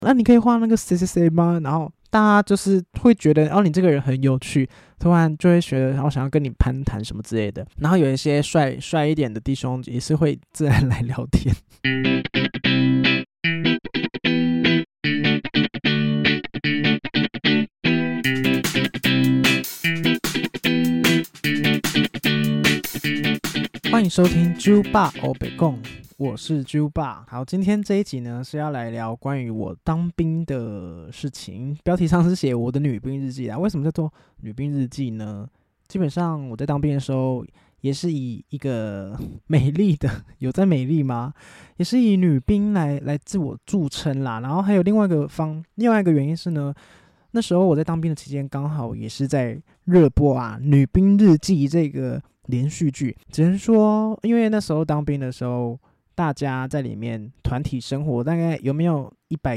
那你可以画那个谁谁谁吗？然后大家就是会觉得，哦，你这个人很有趣，突然就会觉得，然后想要跟你攀谈什么之类的。然后有一些帅一点的弟兄也是会自然来聊天。欢迎收听啾爸欧北共，我是啾爸。好，今天这一集呢是要来聊关于我当兵的事情。标题上是写我的女兵日记啊。为什么叫做女兵日记呢？基本上我在当兵的时候，也是以一个美丽的，有在美丽吗？也是以女兵来自我著称啦。然后还有另外一个原因是呢，那时候我在当兵的期间，刚好也是在热播啊《女兵日记》这个连续剧。只能说，因为那时候当兵的时候，大家在里面团体生活，大概有没有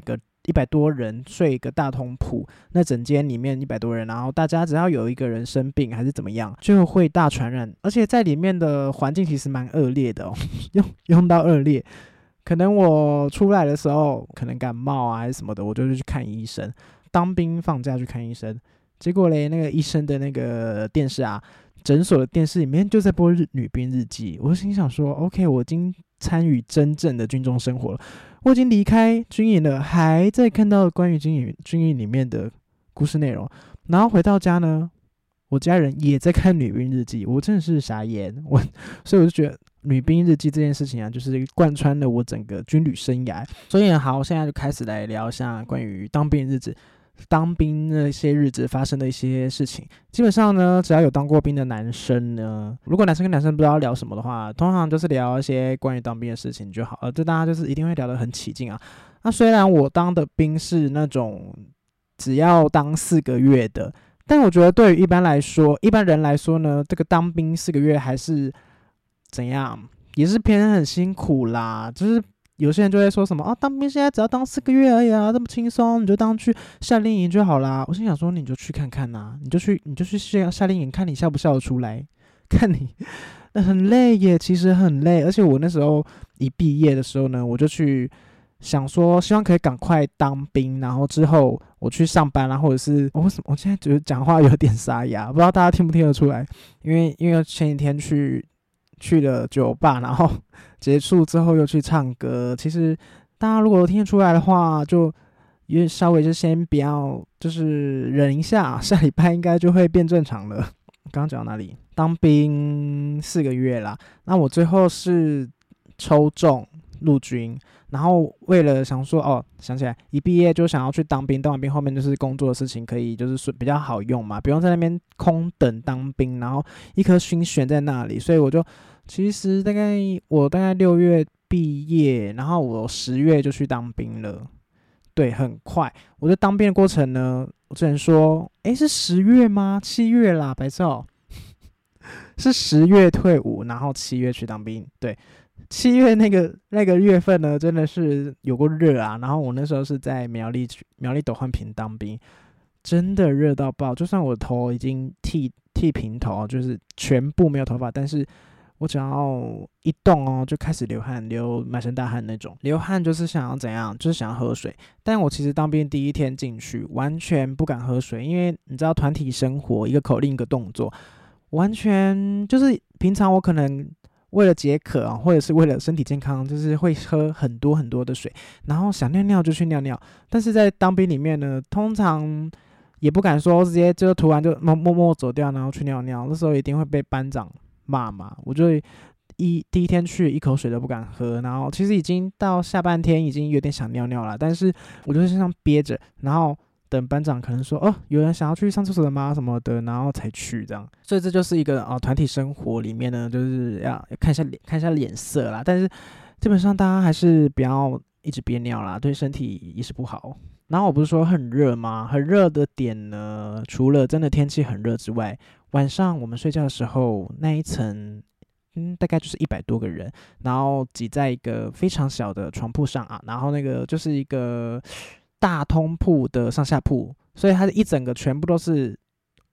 100多人睡一个大通铺，那整间里面100多人，然后大家只要有一个人生病还是怎么样，就会大传染。而且在里面的环境其实蛮恶劣的哦，用到恶劣。可能我出来的时候，可能感冒啊还是什么的，我就去看医生。当兵放假去看医生，结果嘞，那个医生的那个电视啊，诊所的电视里面就在播女兵日记。我心想说 ，OK， 我已经参与真正的军中生活了，我已经离开军营了，还在看到关于军营里面的故事内容。然后回到家呢，我家人也在看女兵日记，我真的是傻眼。所以我就觉得女兵日记这件事情啊，就是贯穿了我整个军旅生涯。所以好，现在就开始来聊一下关于当兵日子。当兵那些日子发生的一些事情，基本上呢，只要有当过兵的男生呢，如果男生跟男生不知道聊什么的话，通常就是聊一些关于当兵的事情就好了，就大家就是一定会聊得很起劲啊。那虽然我当的兵是那种只要当4个月的，但我觉得对于一般人来说呢，这个当兵4个月还是怎样，也是偏很辛苦啦，就是有些人就会说什么啊，当兵现在只要当4个月而已啊，这么轻松，你就当去夏令营就好啦。我心想说，你就去看看呐、你就去夏令营，看你笑不笑得出来，看你很累耶，其实很累。而且我那时候一毕业的时候呢，我就去想说，希望可以赶快当兵，然后之后我去上班啦，或者是为什么我现在觉得讲话有点沙哑，不知道大家听不听得出来？因为前几天去了酒吧，然后结束之后又去唱歌。其实大家如果听得出来的话，就稍微就先不要，就是忍一下，下礼拜应该就会变正常了。刚刚讲到哪里？当兵4个月啦，那我最后是抽中陆军，然后为了想说想起来一毕业就想要去当兵，当完兵后面就是工作的事情可以就是比较好用嘛，不用在那边空等当兵，然后一颗心悬在那里，所以其实我大概6月毕业，然后我10月就去当兵了，对，很快。我在当兵的过程呢，我只能说，是10月吗？7月啦，白痴是10月退伍，然后7月去当兵。对，7月那个月份呢，真的是有够热啊。然后我那时候是在苗栗斗焕平当兵，真的热到爆。就算我头已经剃平头，就是全部没有头发，但是我只要一动就开始流汗，流满身大汗那种。流汗就是想要怎样，就是想要喝水。但我其实当兵第一天进去，完全不敢喝水，因为你知道团体生活，一个口令一个动作，完全就是平常我可能为了解渴或者是为了身体健康，就是会喝很多很多的水，然后想尿尿就去尿尿。但是在当兵里面呢，通常也不敢说直接就突然就默默走掉，然后去尿尿。那时候一定会被班长骂嘛，我就第一天去一口水都不敢喝，然后其实已经到下半天已经有点想尿尿了，但是我就身上憋着，然后等班长可能说有人想要去上厕所的吗什么的，然后才去这样。所以这就是一个团体生活里面呢，就是要看一下脸色啦，但是基本上大家还是不要一直憋尿啦，对身体也是不好。然后我不是说很热吗？很热的点呢，除了真的天气很热之外，晚上我们睡觉的时候那一层大概就是100多个人，然后挤在一个非常小的床铺上啊，然后那个就是一个大通铺的上下铺，所以它一整个全部都是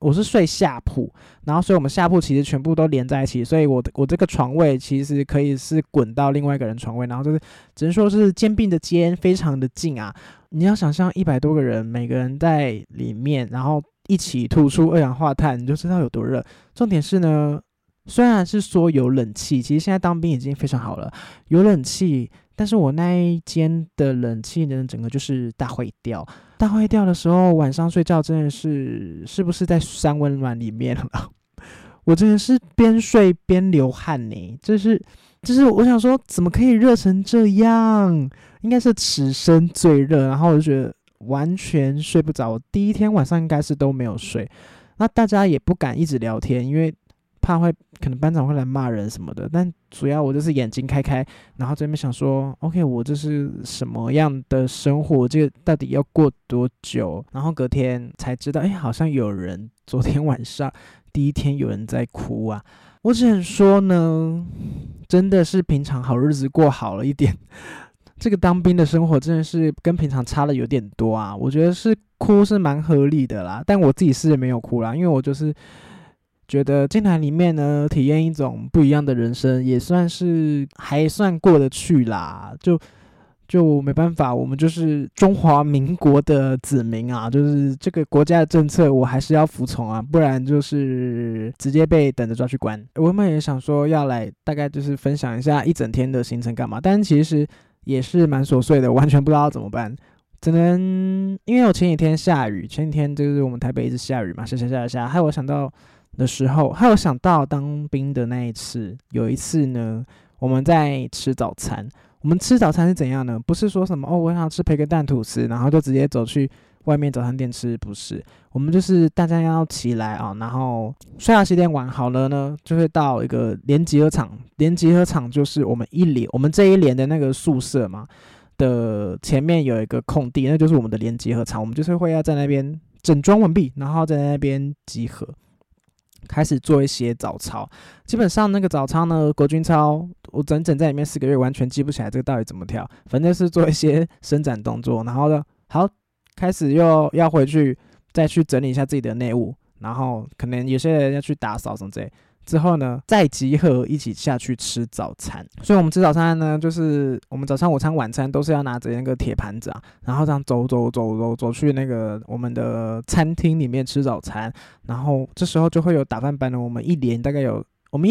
我是睡下铺，然后所以我们下铺其实全部都连在一起，所以我这个床位其实可以是滚到另外一个人床位，然后就是只能说是肩并着肩，非常的近啊。你要想象100多个人，每个人在里面，然后一起吐出二氧化碳，你就知道有多热。重点是呢，虽然是说有冷气，其实现在当兵已经非常好了，有冷气，但是我那一间的冷气呢，整个就是大坏掉。大坏掉的时候，晚上睡觉真的是不是在三温暖里面了？我真的是边睡边流汗呢，就是我想说，怎么可以热成这样？应该是此生最热，然后我就觉得完全睡不着。我第一天晚上应该是都没有睡，那大家也不敢一直聊天，因为怕可能班长会来骂人什么的。但主要我就是眼睛开开，然后这边想说 ，OK， 我这是什么样的生活？这个到底要过多久？然后隔天才知道，好像有人昨天晚上第一天有人在哭啊。我只能说呢，真的是平常好日子过好了一点。这个当兵的生活真的是跟平常差的有点多啊，我觉得是哭是蛮合理的啦，但我自己是没有哭啦，因为我就是觉得进来里面呢，体验一种不一样的人生，也算是还算过得去啦，就没办法，我们就是中华民国的子民啊，就是这个国家的政策我还是要服从啊，不然就是直接被等着抓去关。我们也想说要来大概就是分享一下一整天的行程干嘛，但其实也是蛮琐碎的，完全不知道怎么办，只能因为我前几天下雨，前几天就是我们台北一直下雨嘛，下，害我想到的时候，还有想到当兵的那一次，有一次呢，我们在吃早餐。我们吃早餐是怎样呢？不是说什么我想吃培根蛋吐司，然后就直接走去外面早餐店吃，不是。我们就是大家要起来啊，然后刷牙洗脸完好了呢，就会到一个连集合场。连集合场就是我们这一连的那个宿舍嘛的前面有一个空地，那就是我们的连集合场。我们就是会要在那边整装完毕，然后在那边集合。开始做一些早操，基本上那个早操呢，国军操，我整整在里面4个月完全记不起来这个到底怎么跳，反正是做一些伸展动作，然后呢，好，开始又要回去再去整理一下自己的内务，然后可能有些人要去打扫什么之类。之后呢，再集合一起下去吃早餐。所以我们吃早餐呢，就是我们早餐、午餐、晚餐都是要拿着那个铁盘子啊，然后这样走去那个我们的餐厅里面吃早餐。然后这时候就会有打饭班的，我们一连有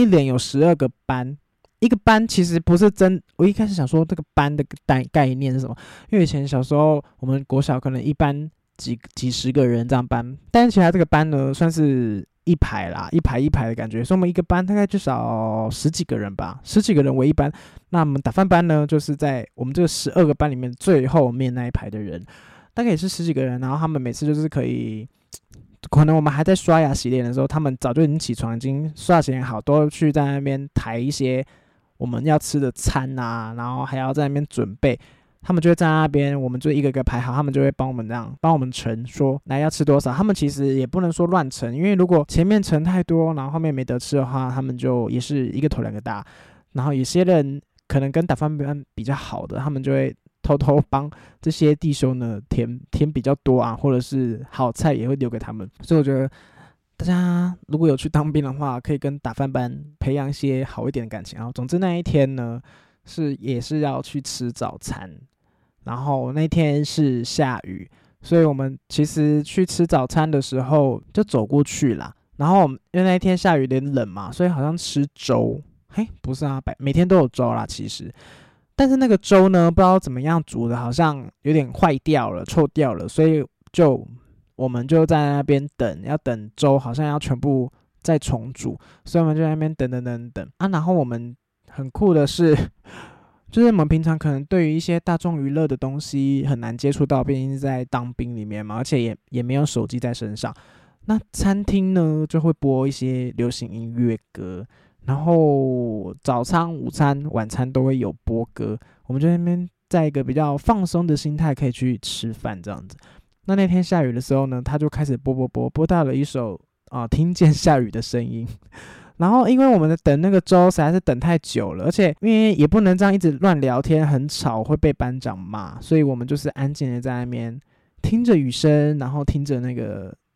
12个班。一个班其实不是我一开始想说这个班的概念是什么，因为以前小时候我们国小可能一班几十个人这样班，但是其他这个班呢算是一排啦，一排的感觉，所以我们一个班大概至少10几个人吧，10几个人为一班。那我们打饭班呢，就是在我们这个12个班里面最后面那一排的人，大概也是10几个人，然后他们每次就是可能我们还在刷牙洗脸的时候，他们早就已经起床，已经刷牙洗脸好，都去在那边抬一些我们要吃的餐啊，然后还要在那边准备。他们就会在那边，我们就一个个排好，他们就会帮我们盛，说来要吃多少。他们其实也不能说乱盛，因为如果前面盛太多，然后后面没得吃的话，他们就也是一个头两个大。然后有些人可能跟打饭班比较好的，他们就会偷偷帮这些弟兄呢填比较多啊，或者是好菜也会留给他们。所以我觉得大家如果有去当兵的话，可以跟打饭班培养一些好一点的感情啊。总之那一天呢，也是要去吃早餐。然后那天是下雨，所以我们其实去吃早餐的时候就走过去啦。然后因为那天下雨有点冷嘛，所以好像吃粥。不是啊，每天都有粥啦，其实。但是那个粥呢，不知道怎么样煮的，好像有点坏掉了、臭掉了，所以我们就在那边要等粥，好像要全部再重煮，所以我们就在那边等啊。然后我们很酷的是。就是我们平常可能对于一些大众娱乐的东西很难接触到，毕竟是在当兵里面嘛，而且也没有手机在身上。那餐厅呢就会播一些流行音乐歌，然后早餐、午餐、晚餐都会有播歌，我们就在那边在一个比较放松的心态可以去吃饭这样子。那天下雨的时候呢，他就开始播到了一首听见下雨的声音。然后因为我们等那个粥实在是等太久了，而且因为也不能这样一直乱聊天，很吵会被班长骂，所以我们就是安静的在那边听着雨声，然后听着那个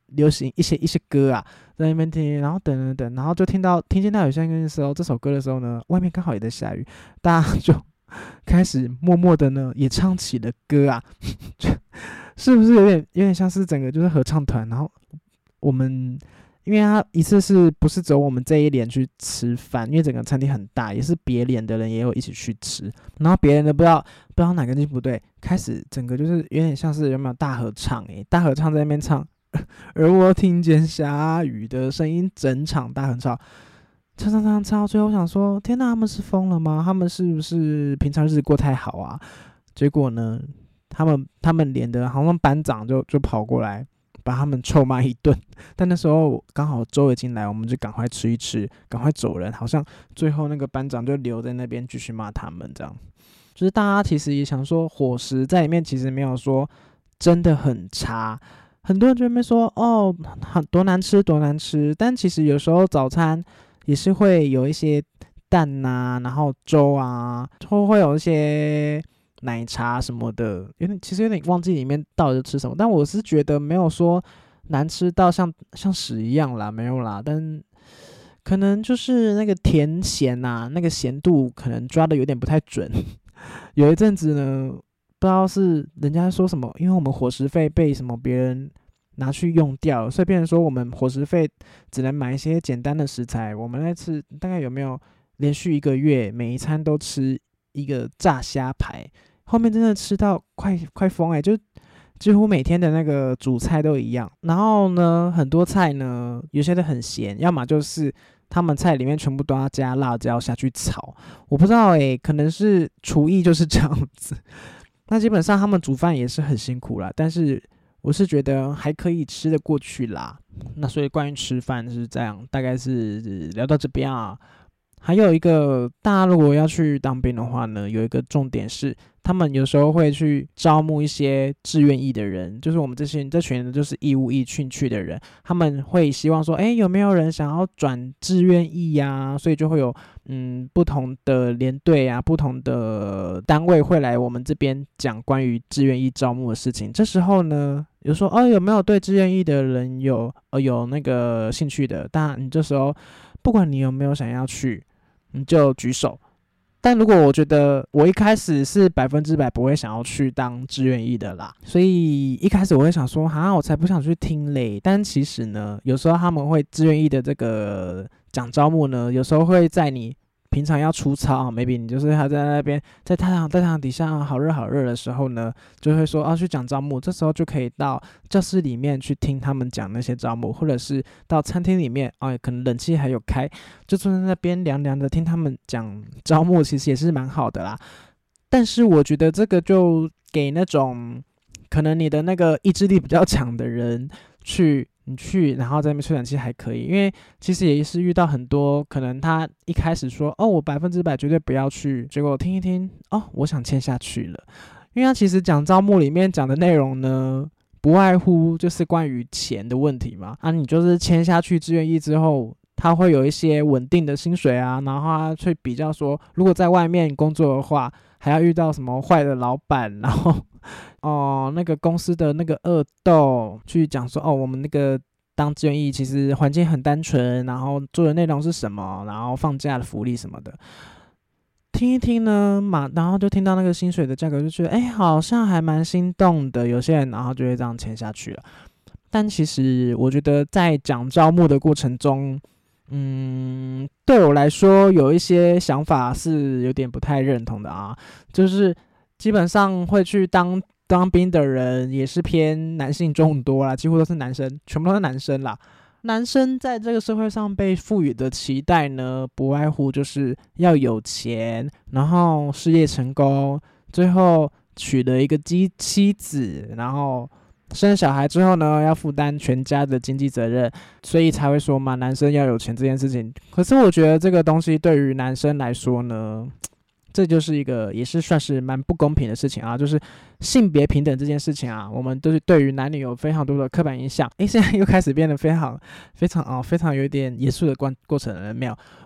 流行一些歌啊，在那边听，然后等，然后就听见到有些人说这首歌的时候呢，外面刚好也在下雨，大家就开始默默的呢也唱起了歌啊，是不是有点像是整个就是合唱团？然后我们因为他一次是不是只有我们这一连去吃饭，因为整个餐厅很大，也是别连的人也有一起去吃，然后别人的不知道哪根筋不对，开始整个就是有点像是有没有大合唱大合唱在那边唱，而我听见下雨的声音，整场大合唱。唱，最后我想说，天哪，他们是疯了吗？他们是不是平常日子过太好啊？结果呢，他们连的，好像班长就跑过来把他们臭骂一顿。但那时候刚好周已经来，我们就赶快吃一吃，赶快走人。好像最后那个班长就留在那边继续骂他们，这样。就是大家其实也想说，伙食在里面其实没有说真的很差。很多人就在那边说哦，多难吃多难吃，但其实有时候早餐也是会有一些蛋啊，然后粥啊，会有一些奶茶什么的，其实有点忘记里面到底吃什么，但我是觉得没有说难吃到像屎一样啦，没有啦，但可能就是那个甜咸啊，那个咸度可能抓的有点不太准。有一阵子呢，不知道是人家说什么，因为我们伙食费被什么别人拿去用掉了，所以变成说我们伙食费只能买一些简单的食材。我们那次大概有没有连续1个月每一餐都吃一个炸虾排，后面真的吃到快疯就几乎每天的那个主菜都一样。然后呢，很多菜呢，有些的很咸，要么就是他们菜里面全部都要加辣椒下去炒。我不知道可能是厨艺就是这样子。那基本上他们煮饭也是很辛苦啦，但是我是觉得还可以吃得过去啦。那所以关于吃饭是这样，大概是聊到这边啊。还有一个，大家如果要去当兵的话呢，有一个重点是，他们有时候会去招募一些志愿役的人，就是我们这群人就是义务役进去的人，他们会希望说，有没有人想要转志愿役啊？所以就会有不同的连队啊，不同的单位会来我们这边讲关于志愿役招募的事情。这时候呢，有说有没有对志愿役的人有那个兴趣的？当然，你这时候不管你有没有想要去，你就举手。但如果我觉得我一开始是100%不会想要去当志愿役的啦，所以一开始我会想说我才不想去听嘞。但其实呢，有时候他们会志愿役的这个讲招募呢，有时候会在你平常要出操，maybe 你就是还在那边在太阳底下好热的时候呢，就会说去讲招募，这时候就可以到教室里面去听他们讲那些招募，或者是到餐厅里面可能冷气还有开，就坐在那边凉凉的听他们讲招募，其实也是蛮好的啦。但是我觉得这个就给那种可能你的那个意志力比较强的人你去，然后在那边吹冷气还可以，因为其实也是遇到很多可能他一开始说我100%绝对不要去，结果听一听我想签下去了。因为他其实讲招募里面讲的内容呢，不外乎就是关于钱的问题嘛。你就是签下去志愿役之后，他会有一些稳定的薪水啊，然后他会比较说，如果在外面工作的话，还要遇到什么坏的老板，然后那个公司的那个恶斗，去讲说我们那个当志愿役其实环境很单纯，然后做的内容是什么，然后放假的福利什么的。听一听呢然后就听到那个薪水的价格，就觉得好像还蛮心动的。有些人然后就会这样签下去了。但其实我觉得在讲招募的过程中，对我来说有一些想法是有点不太认同的啊，就是基本上会去当兵的人也是偏男性众多啦，几乎都是男生，全部都是男生啦。男生在这个社会上被赋予的期待呢，不外乎就是要有钱，然后事业成功，最后娶了一个妻子，然后生小孩之后呢，要负担全家的经济责任，所以才会说嘛，男生要有钱这件事情。可是我觉得这个东西对于男生来说呢，这就是一个也是算是蛮不公平的事情啊，就是性别平等这件事情啊，我们都是对于男女有非常多的刻板印象。现在又开始变得非常有一点严肃的过程了，没有？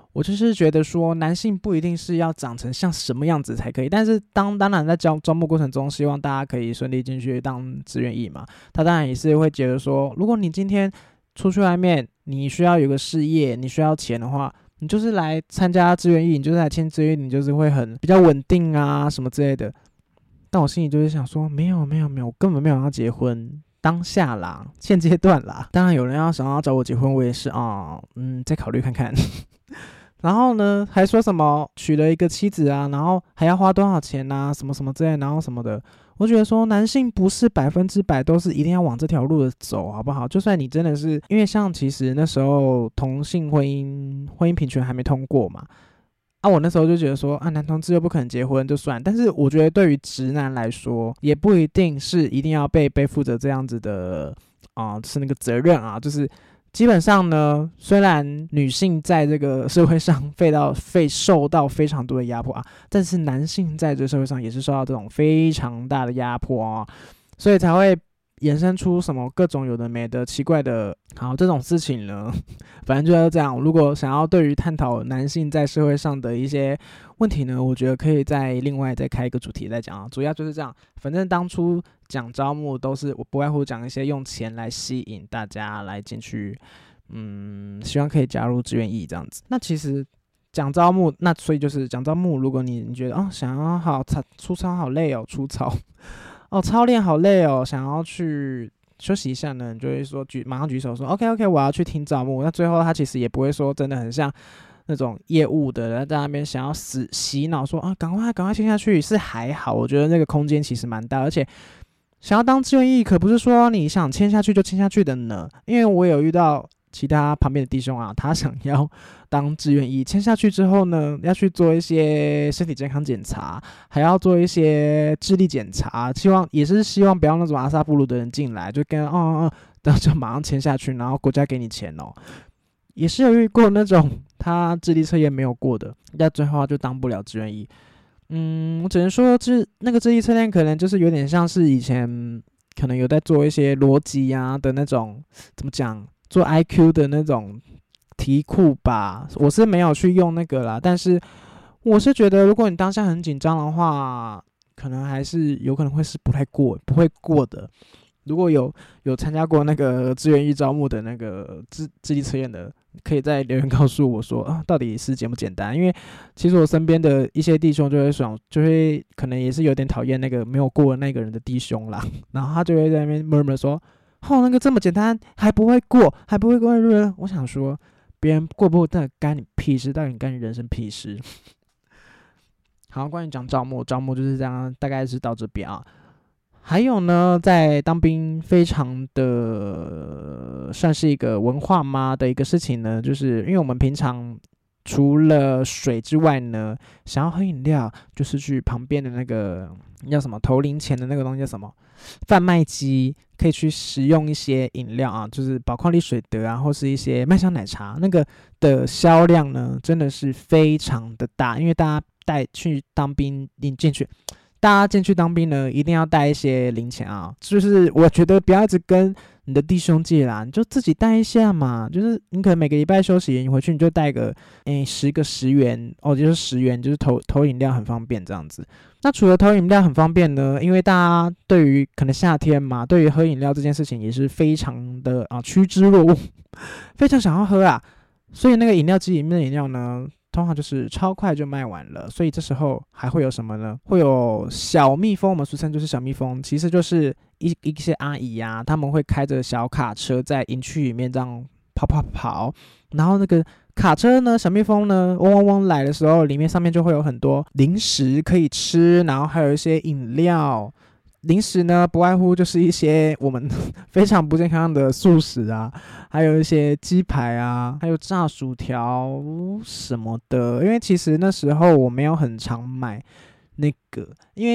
我就是觉得说，男性不一定是要长成像什么样子才可以，但是当然在招募过程中，希望大家可以顺利进去当志愿役嘛。他当然也是会觉得说，如果你今天出去外面，你需要有个事业，你需要钱的话，你就是来参加志愿役，你就是来签志愿役，你就是会比较稳定啊什么之类的。但我心里就是想说，没有，我根本没有要结婚。当下啦，现阶段啦，当然有人想要找我结婚，我也是再考虑看看。然后呢，还说什么娶了一个妻子啊，然后还要花多少钱啊，什么什么之类，然后什么的。我觉得说，男性不是100%都是一定要往这条路的走，好不好？就算你真的是，因为像其实那时候同性婚姻平权还没通过嘛，我那时候就觉得说，男同志又不可能结婚就算，但是我觉得对于直男来说，也不一定是一定要背负着这样子的是那个责任啊，就是基本上呢，虽然女性在这个社会上受到非常多的压迫啊，但是男性在这个社会上也是受到这种非常大的压迫啊，所以才会衍生出什么各种有的没的奇怪的，好这种事情呢，反正就是这样。如果想要对于探讨男性在社会上的一些问题呢，我觉得可以另外再开一个主题再讲啊。主要就是这样，反正当初讲招募都是我不外乎讲一些用钱来吸引大家来进去，希望可以加入志愿役这样子。那其实讲招募，那所以就是讲招募，如果你觉得想要出操好累哦，出操。操练好累哦，想要去休息一下呢，你就会说马上举手说 OK， 我要去听招募。那最后他其实也不会说真的很像那种业务的人在那边想要洗脑说赶快签下去，是还好，我觉得那个空间其实蛮大，而且想要当志愿役可不是说你想签下去就签下去的呢，因为我有遇到其他旁边的弟兄啊，他想要当志愿役，签下去之后呢，要去做一些身体健康检查，还要做一些智力检查，也是希望不要那种阿萨布鲁的人进来，就跟然后就马上签下去，然后国家给你钱哦。也是有遇过那种他智力测验没有过的，但最后他就当不了志愿役。我只能说，那个智力测验可能就是有点像是以前可能有在做一些逻辑啊的那种，怎么讲？做 IQ 的那种题库吧，我是没有去用那个啦，但是我是觉得，如果你当下很紧张的话，可能还是有可能会是不会过的。如果有参加过那个志愿役招募的那个智力测验的，可以在留言告诉我说到底是简不简单？因为其实我身边的一些弟兄就会可能也是有点讨厌那个没有过的那个人的弟兄啦，然后他就会在那边 murmur 说。那个这么简单还不会过，我想说，别人过不过，那干你屁事，到底干你人生屁事？好，关于讲招募就是这样，大概是到这边啊。还有呢，在当兵非常的算是一个文化吗的一个事情呢，就是因为我们平常除了水之外呢，想要喝饮料，就是去旁边的那个叫什么投零钱的那个东西叫什么贩卖机，可以去食用一些饮料啊，就是宝矿力水德啊，或是一些麦香奶茶，那个的销量呢，真的是非常的大，因为大家去当兵，大家进去当兵呢，一定要带一些零钱啊，就是我觉得不要一直跟你的弟兄借啦，你就自己带一下嘛，就是你可能每个礼拜休息，你回去你就带个10个10元哦，就是10元，就是投饮料很方便这样子。那除了投饮料很方便呢，因为大家对于可能夏天嘛，对于喝饮料这件事情也是非常的趋之若鹜，非常想要喝啊，所以那个饮料机里面的饮料呢，通常就是超快就卖完了，所以这时候还会有什么呢？会有小蜜蜂，我们俗称就是小蜜蜂，其实就是一些阿姨啊，他们会开着小卡车在营区里面这样跑，然后那个卡车呢，小蜜蜂呢，嗡嗡嗡来的时候，里面上面就会有很多零食可以吃，然后还有一些饮料。零食呢，不外乎就是一些我们非常不健康的素食啊，还有一些鸡排啊，还有炸薯条什么的。因为其实那时候我没有很常买那个，因为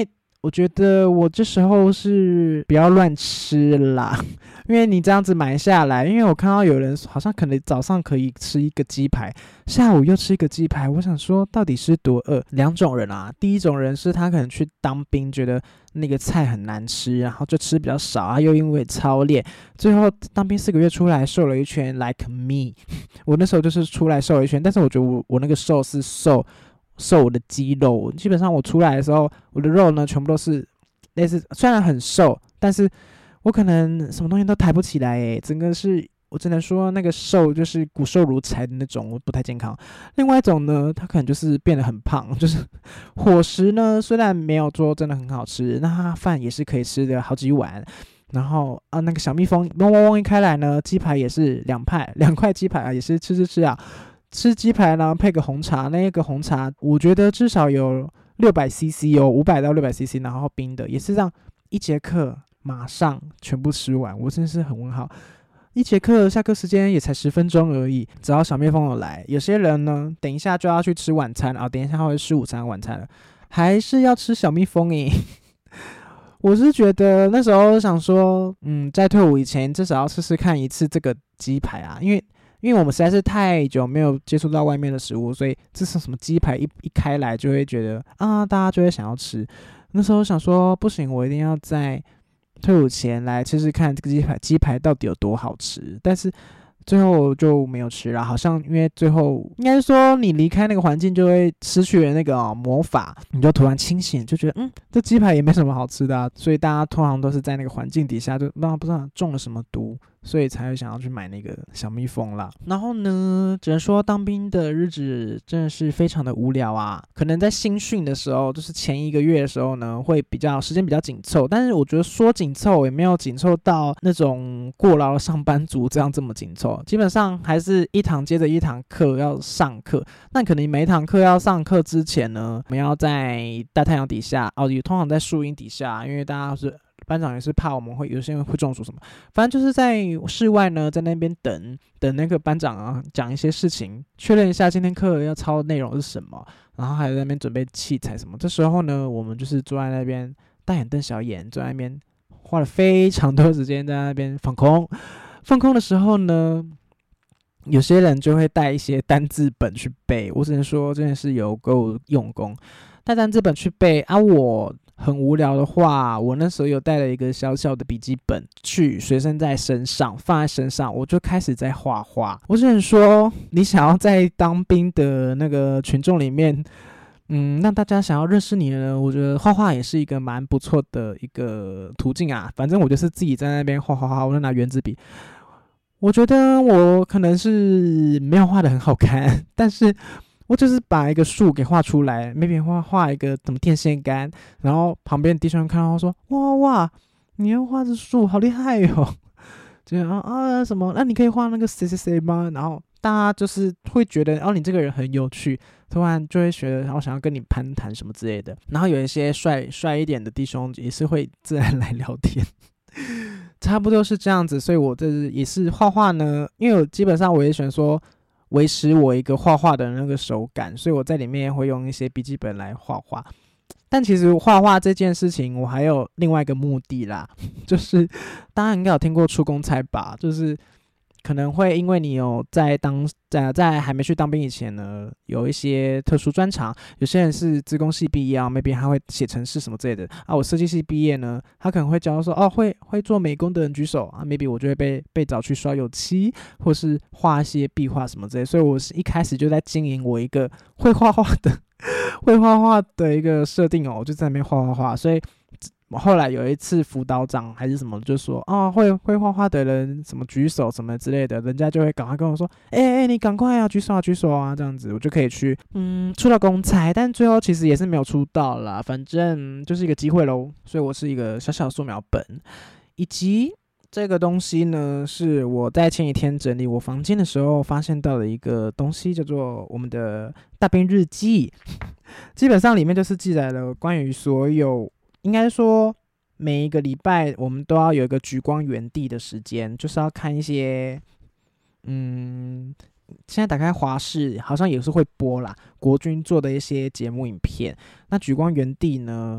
我觉得我这时候是不要乱吃啦，因为你这样子买下来，因为我看到有人好像可能早上可以吃一个鸡排，下午又吃一个鸡排，我想说到底是多饿？两种人啊，第一种人是他可能去当兵，觉得那个菜很难吃，然后就吃比较少啊，又因为操练，最后当兵4个月出来瘦了一圈 ，like me， 我那时候就是出来瘦了一圈，但是我觉得我那个瘦是瘦我的肌肉，基本上我出来的时候，我的肉呢全部都是类似，虽然很瘦，但是我可能什么东西都抬不起来诶，整个是我只能说那个瘦就是骨瘦如柴的那种，不太健康。另外一种呢，它可能就是变得很胖，就是伙食呢虽然没有说真的很好吃，那它饭也是可以吃的好几碗。然后那个小蜜蜂嗡嗡嗡一开来呢，鸡排也是2块鸡排啊，也是吃啊。吃鸡排呢，配个红茶，那个红茶我觉得至少有600cc 哦，500到600cc，然后冰的，也是让一节课马上全部吃完，我真的是很问号。一节课下课时间也才10分钟而已，只要小蜜蜂有来，有些人呢，等一下就要去吃晚餐啊，等一下会吃午餐晚餐了，还是要吃小蜜蜂耶。我是觉得那时候想说，在退伍以前至少要试试看一次这个鸡排啊，因为我们实在是太久没有接触到外面的食物，所以这是什么鸡排一开来就会觉得大家就会想要吃。那时候想说不行，我一定要在退伍前来吃吃看这个鸡排到底有多好吃。但是最后就没有吃啦，好像因为最后应该说你离开那个环境就会失去了那个魔法，你就突然清醒，就觉得这鸡排也没什么好吃的啊，所以大家通常都是在那个环境底下就不知道中了什么毒，所以才会想要去买那个小蜜蜂啦。然后呢，只能说当兵的日子真的是非常的无聊啊。可能在新训的时候，就是前1个月的时候呢，会时间比较紧凑，但是我觉得说紧凑也没有紧凑到那种过劳的上班族这样这么紧凑。基本上还是一堂接着一堂课要上课，那可能每一堂课要上课之前呢，我们要在大太阳底下也通常在树荫底下，因为大家是班长也是怕我们有些人会中暑什么，反正就是在室外呢，在那边等那个班长讲一些事情，确认一下今天课要抄的内容是什么，然后还在那边准备器材什么。这时候呢，我们就是坐在那边大眼瞪小眼，坐在那边花了非常多时间在那边放空。放空的时候呢，有些人就会带一些单字本去背，我只能说真的是有够用功，带单字本去背啊。我很无聊的话，我那时候有带了一个小小的笔记本去随身在身上，放在身上，我就开始在画画。我只能说，你想要在当兵的那个群众里面让大家想要认识你呢，我觉得画画也是一个蛮不错的一个途径啊。反正我就是自己在那边画，我就拿圆珠笔。我觉得我可能是没有画得很好看，但是我就是把一个树给画出来 ，maybe 画一个什么电线杆，然后旁边弟兄看到说，哇，你要画这树好厉害哟，就什么，那你可以画那个谁吗？然后大家就是会觉得你这个人很有趣，突然就会觉得然后想要跟你攀谈什么之类的。然后有一些帅一点的弟兄也是会自然来聊天。差不多是这样子，所以我这也是画画呢，因为我基本上我也喜欢说维持我一个画画的那个手感，所以我在里面会用一些笔记本来画画。但其实画画这件事情我还有另外一个目的啦，就是大家应该有听过出公差吧，就是可能会因为你有在还没去当兵以前呢，有一些特殊专长，有些人是资工系毕业maybe 他会写程式什么之类的我设计系毕业呢，他可能会教说会做美工的人举手maybe 我就会被找去刷油漆，或是画一些壁画什么之类的。所以我是一开始就在经营我一个会画画的一个设定我就在那边画，所以后来有一次辅导长还是什么就说会画画的人什么举手什么之类的，人家就会赶快跟我说你赶快举手这样子我就可以去出到公差，但最后其实也是没有出到啦，反正就是一个机会咯。所以我是一个小小的素描本，以及这个东西呢是我在前几天整理我房间的时候发现到的一个东西，叫做我们的大兵日记。基本上里面就是记载了关于所有，应该说每一个礼拜我们都要有一个举光原地的时间，就是要看一些现在打开华视好像也是会播啦，国军做的一些节目影片。那举光原地呢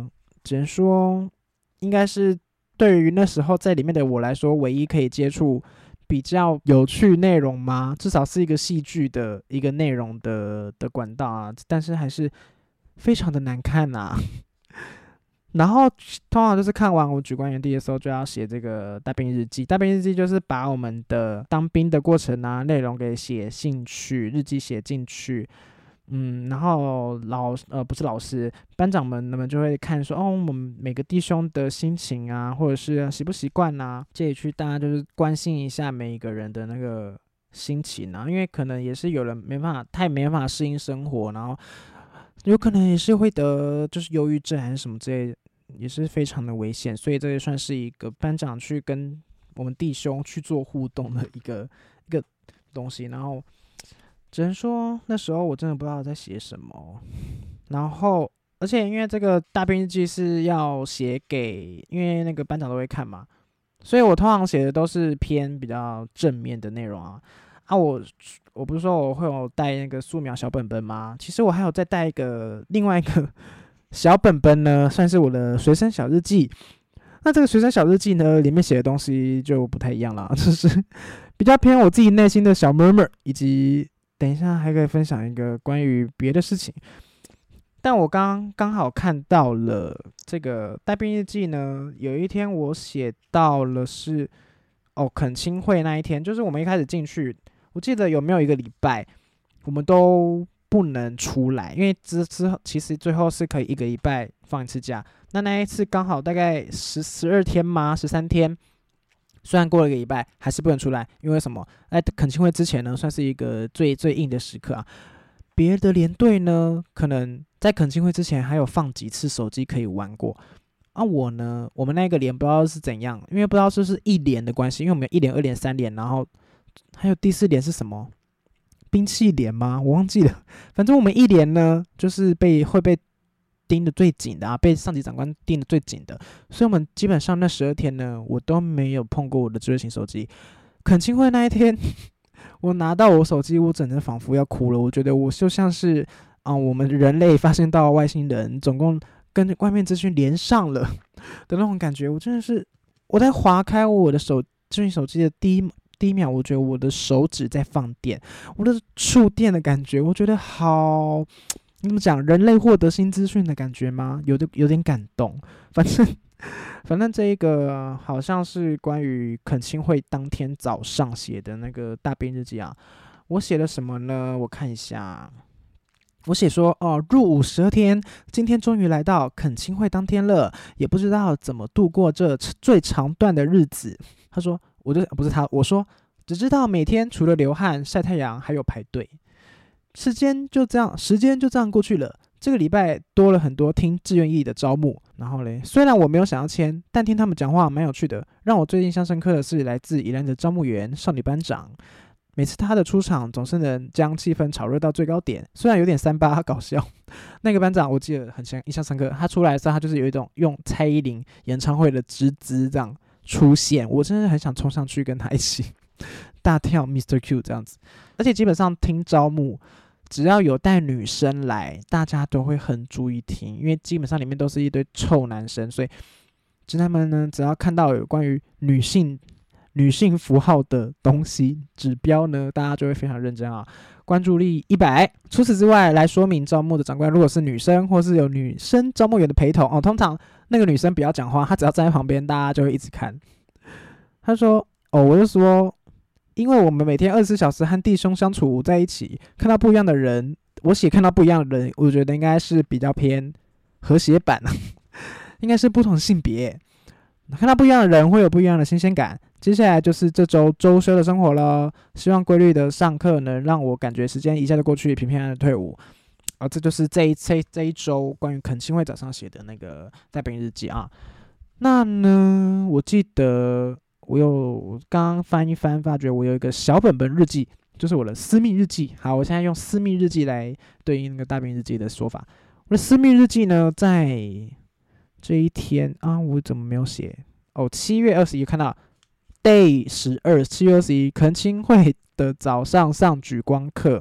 只能说应该是对于那时候在里面的我来说，唯一可以接触比较有趣内容吗？至少是一个戏剧的一个内容的管道啊，但是还是非常的难看啊。然后通常就是看完我举光原地的时候，就要写这个大兵日记。大兵日记就是把我们的当兵的过程啊、内容给写进去，日记写进去。然后不是老师，班长们就会看说，我们每个弟兄的心情啊，或者是习不习惯啊，这一区大家就是关心一下每一个人的那个心情啊，因为可能也是有人没办法适应生活，然后有可能也是会得就是忧郁症还是什么之类的，也是非常的危险，所以这也算是一个班长去跟我们弟兄去做互动的一个东西，然后只能说那时候我真的不知道在写什么，然后而且因为这个大兵日记是要写给，因为那个班长都会看嘛，所以我通常写的都是偏比较正面的内容啊。我不是说我会有带那个素描小本本吗？其实我还有再带另外一个小本本呢，算是我的随身小日记。那这个随身小日记呢，里面写的东西就不太一样了，就是比较偏我自己内心的小 murmur， 以及等一下还可以分享一个关于别的事情。但我刚好看到了这个带兵日记呢，有一天我写到了是恳亲会那一天，就是我们一开始进去，我记得有没有一个礼拜我们都不能出来，因为之后其实最后是可以一个礼拜放一次假。那一次刚好大概12天吗？13天，虽然过了一个礼拜，还是不能出来，因为什么？在恳亲会之前呢，算是一个最硬的时刻啊。别的连队呢，可能在恳亲会之前还有放几次手机可以玩过。我呢，我们那个连不知道是怎样，因为不知道是不是一连的关系，因为我们有1连、2连、3连，然后还有第4连是什么？兵器连吗？我忘记了。反正我们1连呢，就是会被盯得最紧的啊，被上级长官盯得最紧的，所以我们基本上那12天呢，我都没有碰过我的智慧型手机。恳亲会那一天，我拿到我手机，我整个仿佛要哭了。我觉得我就像是我们人类发现到外星人，总共跟外面资讯连上了的那种感觉。我真的是我在划开我的智慧型手机的第一秒，我觉得我的手指在放电，我的触电的感觉，我觉得好。你怎么讲？人类获得新资讯的感觉吗？有点感动。反正这一个好像是关于恳亲会当天早上写的那个大兵日记啊。我写了什么呢？我看一下。我写说入伍12天，今天终于来到恳亲会当天了，也不知道怎么度过这最长段的日子。他说，我说只知道每天除了流汗、晒太阳，还有排队。时间就这样过去了。这个礼拜多了很多听志愿役的招募，然后嘞，虽然我没有想要签，但听他们讲话蛮有趣的。让我最印象深刻的是来自宜兰的招募员少女班长，每次他的出场总是能将气氛炒热到最高点，虽然有点3八搞笑。那个班长我记得很印象深刻，他出来的时候，他就是有一种用蔡依林演唱会的之姿这样出现，我真的很想冲上去跟他一起大跳 Mr. Q 这样子。而且基本上听招募，只要有带女生来，大家都会很注意听，因为基本上里面都是一堆臭男生，所以直男们呢，只要看到有关于女性符号的东西指标呢，大家就会非常认真啊，关注力100。除此之外，来说明招募的长官如果是女生，或是有女生招募员的陪同通常那个女生不要讲话，她只要站在旁边，大家就会一直看。他说我就说，因为我们每天24小时和弟兄相处在一起，看到不一样的人，我写看到不一样的人，我觉得应该是比较偏和谐版应该是不同性别，看到不一样的人会有不一样的新鲜感。接下来就是这周休的生活了，希望规律的上课能让我感觉时间一下就过去，平平安安的退伍。这就是这一周关于恳亲会早上写的那个带兵日记啊。那呢，我记得我刚刚翻一翻，发觉我有一个小本本日记，就是我的私密日记。好，我现在用私密日记来对应那个大兵日记的说法。我的私密日记呢，在这一天我怎么没有写？7月21看到 Day 12，7月21恳亲会的早上上莒光课，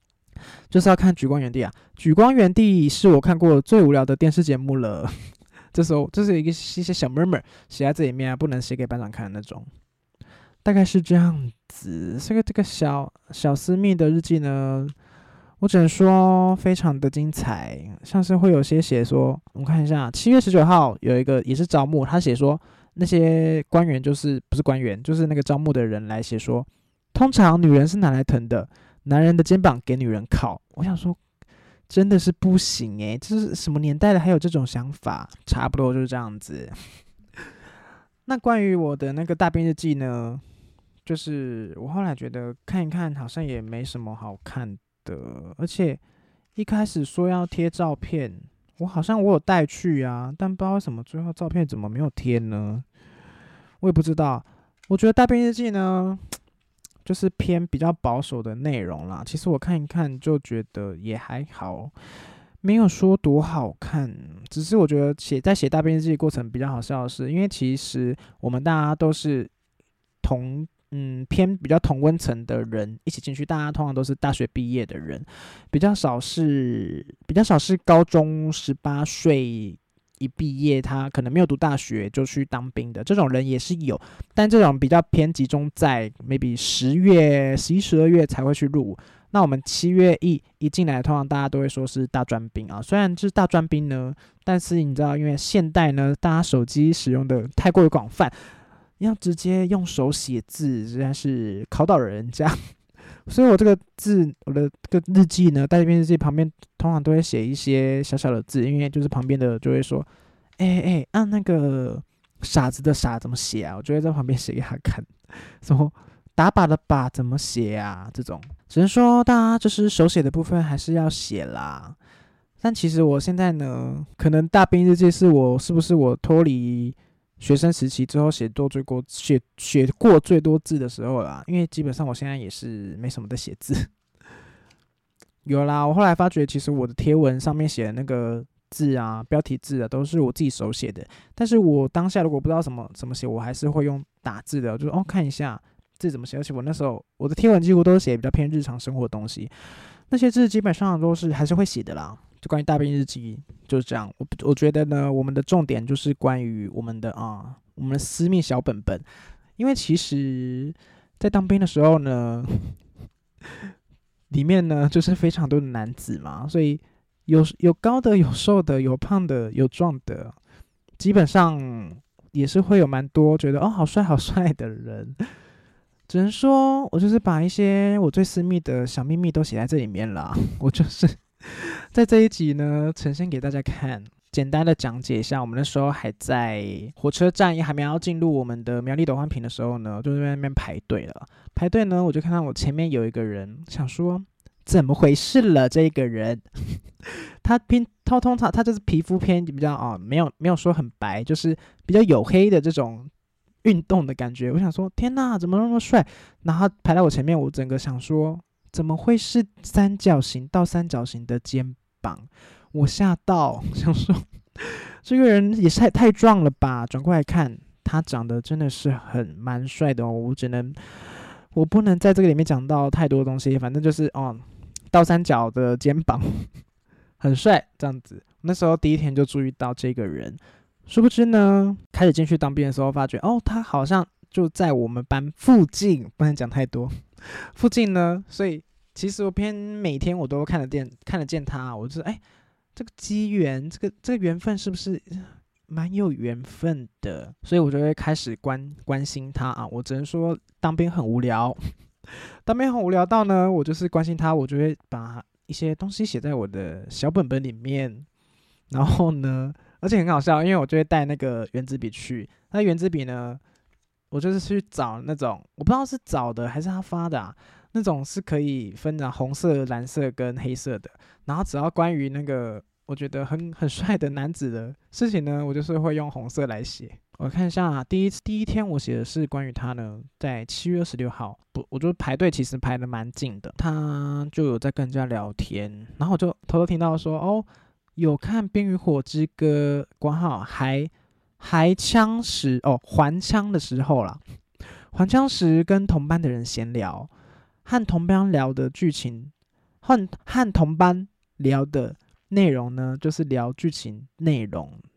就是要看莒光园地啊。莒光园地是我看过最无聊的电视节目了。 这时候就是一些小 murmur 写在这里面啊，不能写给班长看的那种。大概是这样子。这个小私密的日记呢，我只能说非常的精彩。像是会有些写说，我们看一下7月19号有一个也是招募，他写说那些官员就是不是官员，就是那个招募的人来写说，通常女人是拿来疼的，男人的肩膀给女人靠。我想说，真的是不行这是什么年代了还有这种想法？差不多就是这样子。那关于我的那个大兵日记呢，就是我后来觉得看一看好像也没什么好看的，而且一开始说要贴照片，我有带去啊，但不知道为什么最后照片怎么没有贴呢？我也不知道。我觉得大兵日记呢，就是偏比较保守的内容啦。其实我看一看就觉得也还好，没有说多好看。只是我觉得在写大兵日记的过程比较好笑的是，因为其实我们大家都是偏比较同温层的人一起进去，大家通常都是大学毕业的人，比较少是高中18岁一毕业，他可能没有读大学就去当兵的，这种人也是有，但这种比较偏集中在 maybe 10月、11、12月才会去入伍。那我们7月一进来，通常大家都会说是大专兵啊。虽然是大专兵呢，但是你知道，因为现代呢，大家手机使用的太过于广泛，要直接用手写字，实在是考倒人家。所以我这个字，我的这个日记呢，大兵日记旁边通常都会写一些小小的字，因为就是旁边的就会说，按那个傻子的傻怎么写啊？我就会在旁边写给他看，什么打靶的靶怎么写啊？这种只能说大家就是手写的部分还是要写啦。但其实我现在呢，可能大兵日记是不是我脱离学生时期之后写过最多字的时候啦，因为基本上我现在也是没什么在写字。有啦，我后来发觉其实我的贴文上面写的那个字啊，标题字啊，都是我自己手写的。但是我当下如果不知道怎么写，我还是会用打字的，就是看一下字怎么写。而且我那时候我的贴文几乎都是写比较偏日常生活的东西，那些字基本上都是还是会写的啦。就关于大兵日记就是这样。我觉得呢，我们的重点就是关于我们的私密小本本，因为其实在当兵的时候呢，里面呢就是非常多的男子嘛，所以有高的，有瘦的，有胖的，有壮的，基本上也是会有蛮多觉得好帅好帅的人。只能说我就是把一些我最私密的小秘密都写在这里面啦。我就是在这一集呢呈现给大家看，简单的讲解一下。我们那时候还在火车站，也还没要进入我们的苗栗斗焕坪的时候呢，就在那边排队了。排队呢，我就看到我前面有一个人，想说怎么回事了？这个人他通常他就是皮肤偏比较没有说很白，就是比较黝黑的这种运动的感觉。我想说天哪，怎么那么帅？然后他排在我前面，我整个想说怎么会是三角形的肩膀？我吓到，想说这个人也是太壮了吧。转过来看，他长得真的是蛮帅的我不能在这个里面讲到太多东西，反正就是倒三角的肩膀很帅这样子。那时候第一天就注意到这个人，殊不知呢，开始进去当兵的时候发觉他好像就在我们班附近，不能讲太多附近呢，所以其实我每天我都看得见他。我就是这个机缘，这个缘分是不是蛮有缘分的？所以我就会开始关心他啊。我只能说当兵很无聊，当兵很无聊到呢，我就是关心他，我就会把一些东西写在我的小本本里面。然后呢，而且很好笑，因为我就会带那个原子笔去。那原子笔呢，我就是去找那种我不知道是找的还是他发的那种是可以分红色、蓝色跟黑色的。然后只要关于那个我觉得很帅的男子的事情呢，我就是会用红色来写。我看一下第一天我写的是关于他呢，在7月26号，我就排队，其实排得蛮近的。他就有在跟人家聊天，然后我就偷偷听到说有看《冰与火之歌》括号还枪时还枪的时候啦，还枪时跟同班的人闲聊，和同班聊的剧情，和同班聊的内容呢，就是聊剧情内容。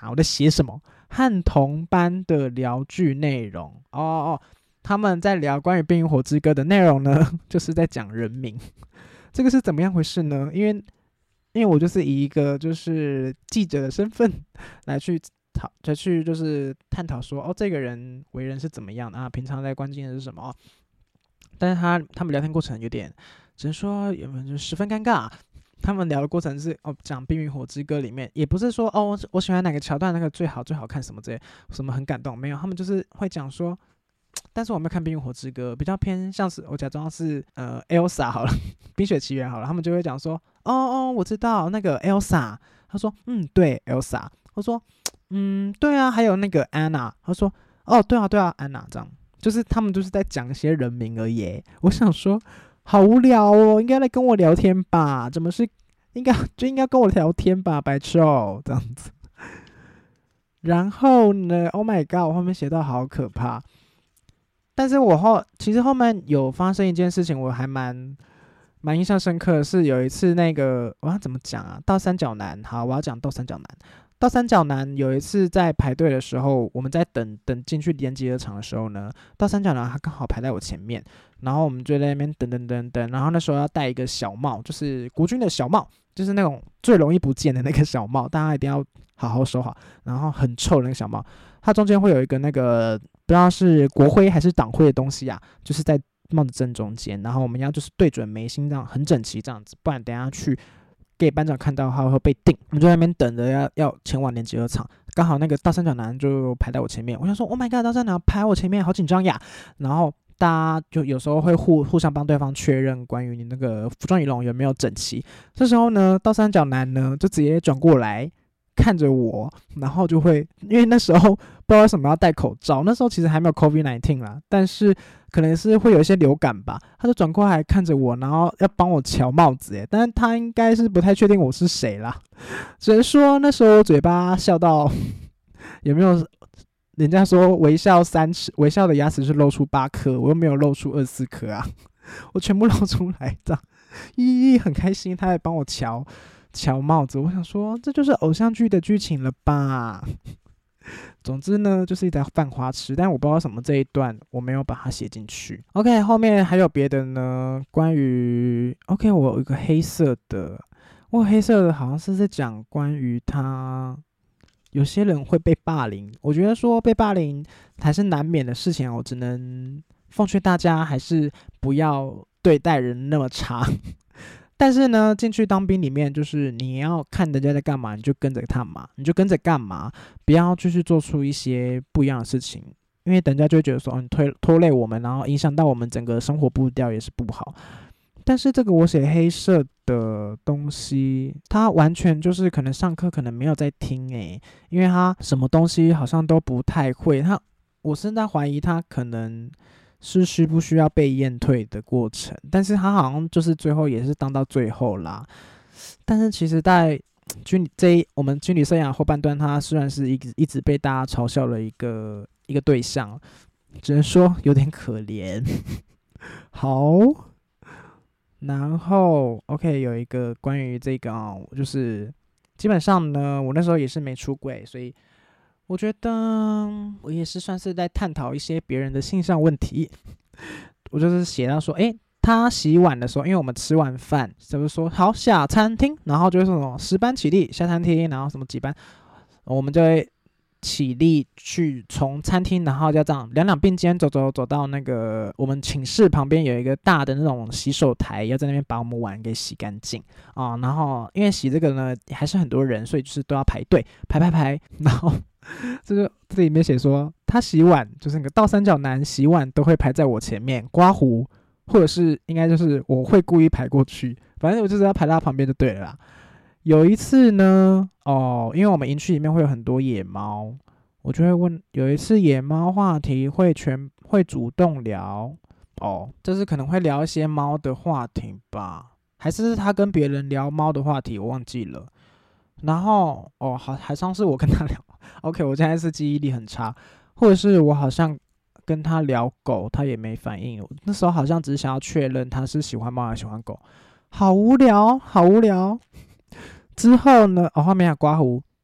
我在写什么？和同班的聊剧内容他们在聊关于《冰与火之歌》的内容呢，就是在讲人名。这个是怎么样回事呢？因为我就是以一个就是记者的身份来去就是探讨说，这个人为人是怎么样的啊？平常在关心的是什么？但是他们聊天过程有点，只能说就十分尴尬。他们聊的过程是讲《冰与火之歌》里面，也不是说我喜欢哪个桥段那个最好看什么之类，什么很感动，没有，他们就是会讲说。但是我没有看《冰与火之歌》，比较偏像是我假装是Elsa 好了，冰雪奇缘好了，他们就会讲说我知道那个 Elsa， 他说对 Elsa， 我说对啊，还有那个 Anna， 他说对啊 Anna， 这样就是他们就是在讲一些人名而已。我想说好无聊哦，应该来跟我聊天吧？怎么是应该跟我聊天吧？白痴这样子。然后呢 ，Oh my god， 我后面写到好可怕。但是其实后面有发生一件事情，我还蛮印象深刻的是，有一次那个我要怎么讲啊？倒三角男，好，我要讲倒三角男。倒三角男有一次在排队的时候，我们在等进去连集合场的时候呢，倒三角男他刚好排在我前面，然后我们就在那边等，然后那时候要戴一个小帽，就是国军的小帽，就是那种最容易不见的那个小帽，大家一定要好好收好，然后很臭的那个小帽，它中间会有一个那个不知道是国徽还是党徽的东西啊，就是在帽子正中间，然后我们要就是对准眉心这样很整齐这样子，不然等一下去给班长看到他会被定。我们就在那边等着要前往连集合场，刚好那个倒三角男就排在我前面，我想说 Oh my god， 倒三角男排我前面好紧张呀，然后大家就有时候会互相帮对方确认关于你那个服装仪容有没有整齐。这时候呢，倒三角男呢就直接转过来看着我，然后就会因为那时候不知道为什么要戴口罩，那时候其实还没有 COVID-19 啦，但是可能是会有一些流感吧，他就转过来看着我，然后要帮我瞧帽子但是他应该是不太确定我是谁啦，只能说那时候我嘴巴笑到有没有人家说微笑3齿，微笑的牙齿是露出8颗，我又没有露出24颗啊，我全部露出来这样，很开心，他还帮我瞧帽子，我想说这就是偶像剧的剧情了吧。总之呢，就是一直在犯花痴，但我不知道什么这一段我没有把它写进去。OK， 后面还有别的呢？关于 OK， 我有一个黑色的，好像是在讲关于他有些人会被霸凌。我觉得说被霸凌还是难免的事情，我只能奉劝大家还是不要对待人那么差。但是呢，进去当兵里面，就是你要看人家在干嘛，你就跟着干嘛，不要就是做出一些不一样的事情，因为人家就会觉得说，你拖累我们，然后影响到我们整个生活步调也是不好。但是这个我写黑色的东西，他完全就是可能上课可能没有在听因为他什么东西好像都不太会，我现在怀疑他可能是需不需要被验退的过程，但是他好像就是最后也是当到最后啦。但是其实在我们军旅生涯后半段，他虽然是一直被大家嘲笑的一个对象，只能说有点可怜。好，然后 OK 有一个关于这个就是基本上呢，我那时候也是没出柜，所以我觉得我也是算是在探讨一些别人的性向问题。我就是写到说，他洗碗的时候，因为我们吃完饭，就是说好下餐厅，然后就是什么10班起立下餐厅，然后什么几班，我们就会起立去从餐厅，然后就这样两并肩走到那个我们寝室旁边有一个大的那种洗手台，要在那边把我们碗给洗干净然后因为洗这个呢还是很多人，所以就是都要排队排，然后这里面写说他洗碗就是那个倒三角男洗碗都会排在我前面刮胡，或者是应该就是我会故意排过去，反正我就是要排到他旁边就对了啦。有一次呢，因为我们营区里面会有很多野猫，我就会问，有一次野猫话题会主动聊，就是可能会聊一些猫的话题吧，还是他跟别人聊猫的话题，我忘记了。然后好像是我跟他聊，OK， 我现在是记忆力很差，或者是我好像跟他聊狗，他也没反应。那时候好像只是想要确认他是喜欢猫还是喜欢狗，好无聊。之后呢，后面还刮胡。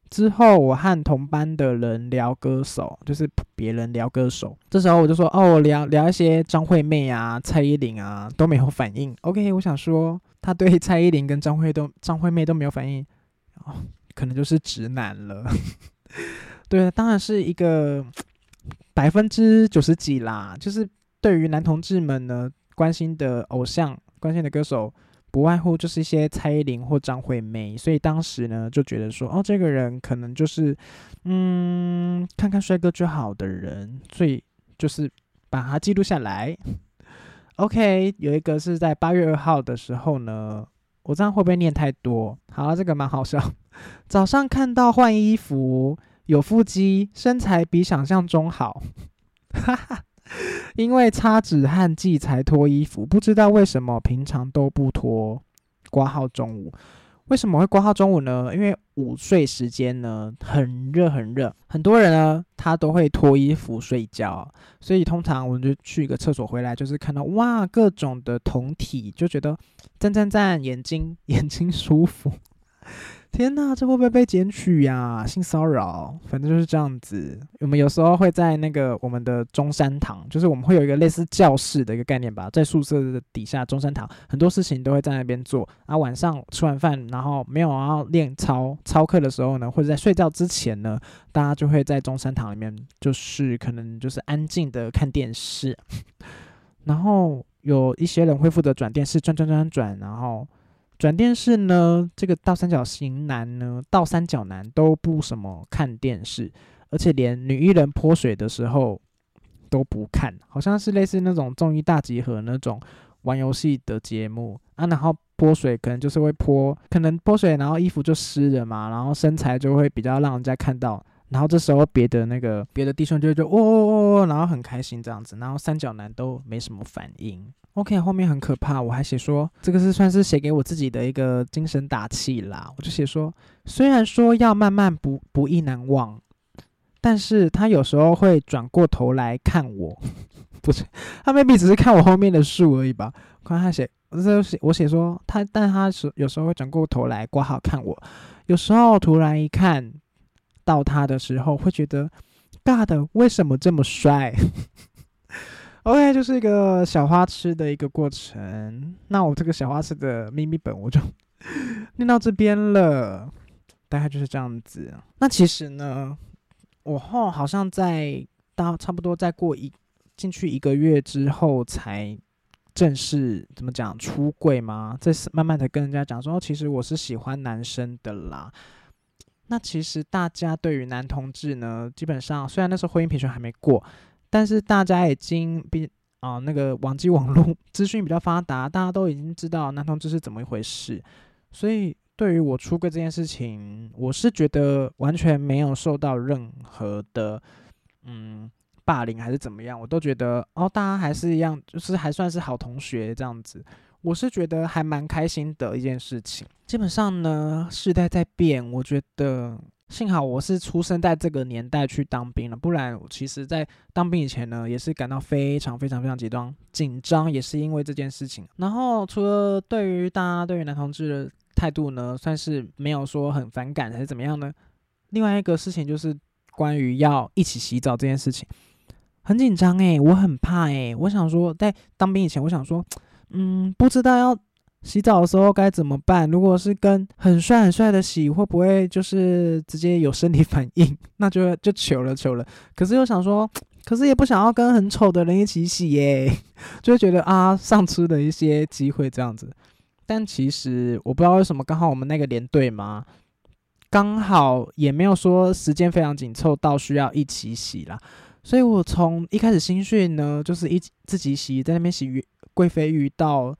之后我和同班的人聊歌手，就是别人聊歌手，这时候我就说我聊一些张惠妹啊、蔡依林啊，都没有反应。OK， 我想说他对蔡依林跟张惠妹都没有反应，可能就是直男了。对，当然是一个90%几啦，就是对于男同志们呢，关心的偶像、关心的歌手，不外乎就是一些蔡依林或张惠妹，所以当时呢就觉得说，这个人可能就是看看帅哥就好的人，所以就是把它记录下来。OK， 有一个是在8月2号的时候呢，我这样会不会念太多？好，这个蛮好笑。早上看到换衣服，有腹肌，身材比想象中好。哈哈。因为擦脂汗剂才脱衣服，不知道为什么平常都不脱。挂号中午，为什么会挂号中午呢？因为午睡时间呢很热很热，很多人呢他都会脱衣服睡觉，所以通常我们就去一个厕所回来，就是看到哇各种的酮体，就觉得赞，眼睛舒服。天哪，这会不会被检举呀？性骚扰，反正就是这样子。我们有时候会在那个我们的中山堂，就是我们会有一个类似教室的一个概念吧，在宿舍的底下中山堂，很多事情都会在那边做。晚上吃完饭，然后没有要练操课的时候呢，或者在睡觉之前呢，大家就会在中山堂里面，就是可能就是安静的看电视，然后有一些人会负责转电视，转，然后。转电视呢，这个倒三角男都不什么看电视，而且连女艺人泼水的时候都不看，好像是类似那种综艺大集合那种玩游戏的节目然后泼水可能就是会可能泼水，然后衣服就湿了嘛，然后身材就会比较让人家看到，然后这时候别的弟兄就会然后很开心这样子，然后三角男都没什么反应。OK， 后面很可怕，我还写说这个是算是写给我自己的一个精神打气啦。我就写说，虽然说要慢慢不易难忘，但是他有时候会转过头来看我，不是，他 maybe 只是看我后面的树而已吧。我看他写，我写说但他有时候会转过头来挂号看我，有时候突然一看到他的时候，会觉得 God 为什么这么帅？OK， 就是一个小花痴的一个过程。那我这个小花痴的秘密本我就念到这边了，大概就是这样子。那其实呢，我好像差不多再进去1个月之后，才正式怎么讲出柜吗？再慢慢的跟人家讲说，其实我是喜欢男生的啦。那其实大家对于男同志呢，基本上虽然那时候婚姻平权还没过。但是大家已经那个网络资讯比较发达，大家都已经知道男同志是怎么一回事，所以对于我出柜这件事情，我是觉得完全没有受到任何的霸凌还是怎么样，我都觉得大家还是一样，就是还算是好同学这样子，我是觉得还蛮开心的一件事情。基本上呢，时代在变，我觉得。幸好我是出生在这个年代去当兵了，不然其实在当兵以前呢，也是感到非常紧张，也是因为这件事情。然后除了大家对于男同志的态度呢，算是没有说很反感还是怎么样呢？另外一个事情就是关于要一起洗澡这件事情，很紧张我很怕我想说在当兵以前，我想说不知道要洗澡的时候该怎么办？如果是跟很帅的洗，会不会就是直接有生理反应？那就糗了。可是又想说，可是也不想要跟很丑的人一起洗就会觉得丧失了一些机会这样子。但其实我不知道为什么，刚好我们那个连队嘛，刚好也没有说时间非常紧凑到需要一起洗啦。所以我从一开始新训呢，就是自己洗，在那边洗贵妃浴到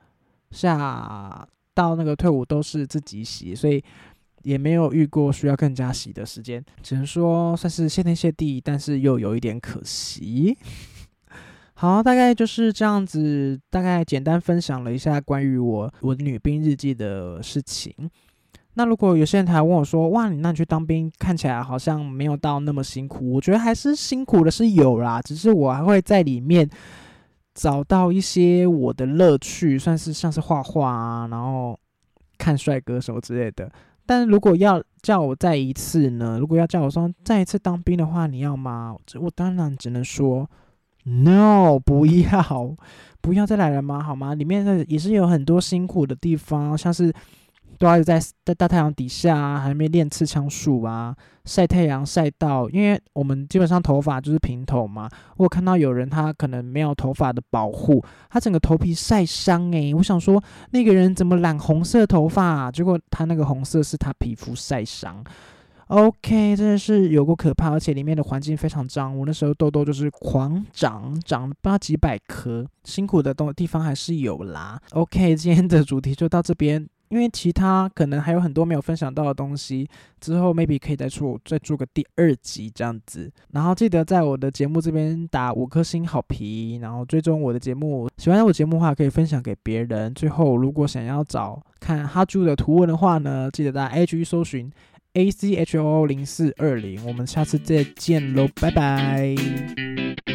那个退伍都是自己洗，所以也没有遇过需要更加洗的时间，只能说算是谢天谢地，但是又有一点可惜。好，大概就是这样子，大概简单分享了一下关于我的女兵日记的事情。那如果有些人还问我说，哇，你去当兵看起来好像没有到那么辛苦，我觉得还是辛苦的是有啦，只是我还会在里面找到一些我的乐趣，算是像是画画然后看帅哥手之类的。 但是如果要叫我再一次呢？如果要叫我说再一次当兵的话，你要吗？我当然只能说 no， 不要，不要再来了吗？好吗？里面也是有很多辛苦的地方，像是都要在大太阳底下啊，还没练刺枪术啊，晒太阳晒到，因为我们基本上头发就是平头嘛。我有看到有人他可能没有头发的保护，他整个头皮晒伤我想说那个人怎么染红色头发啊？结果他那个红色是他皮肤晒伤。OK， 真的是有够可怕，而且里面的环境非常脏。我那时候痘痘就是狂长了不知道几百颗，辛苦的地方还是有啦。OK， 今天的主题就到这边。因为其他可能还有很多没有分享到的东西，之后 maybe 可以再做个第2集这样子。然后记得在我的节目这边打5颗星好评，然后追踪我的节目。喜欢我节目的话，可以分享给别人。最后，如果想要看哈猪的图文的话呢，记得在 IG 搜寻 ACHOO0420。我们下次再见喽，拜拜。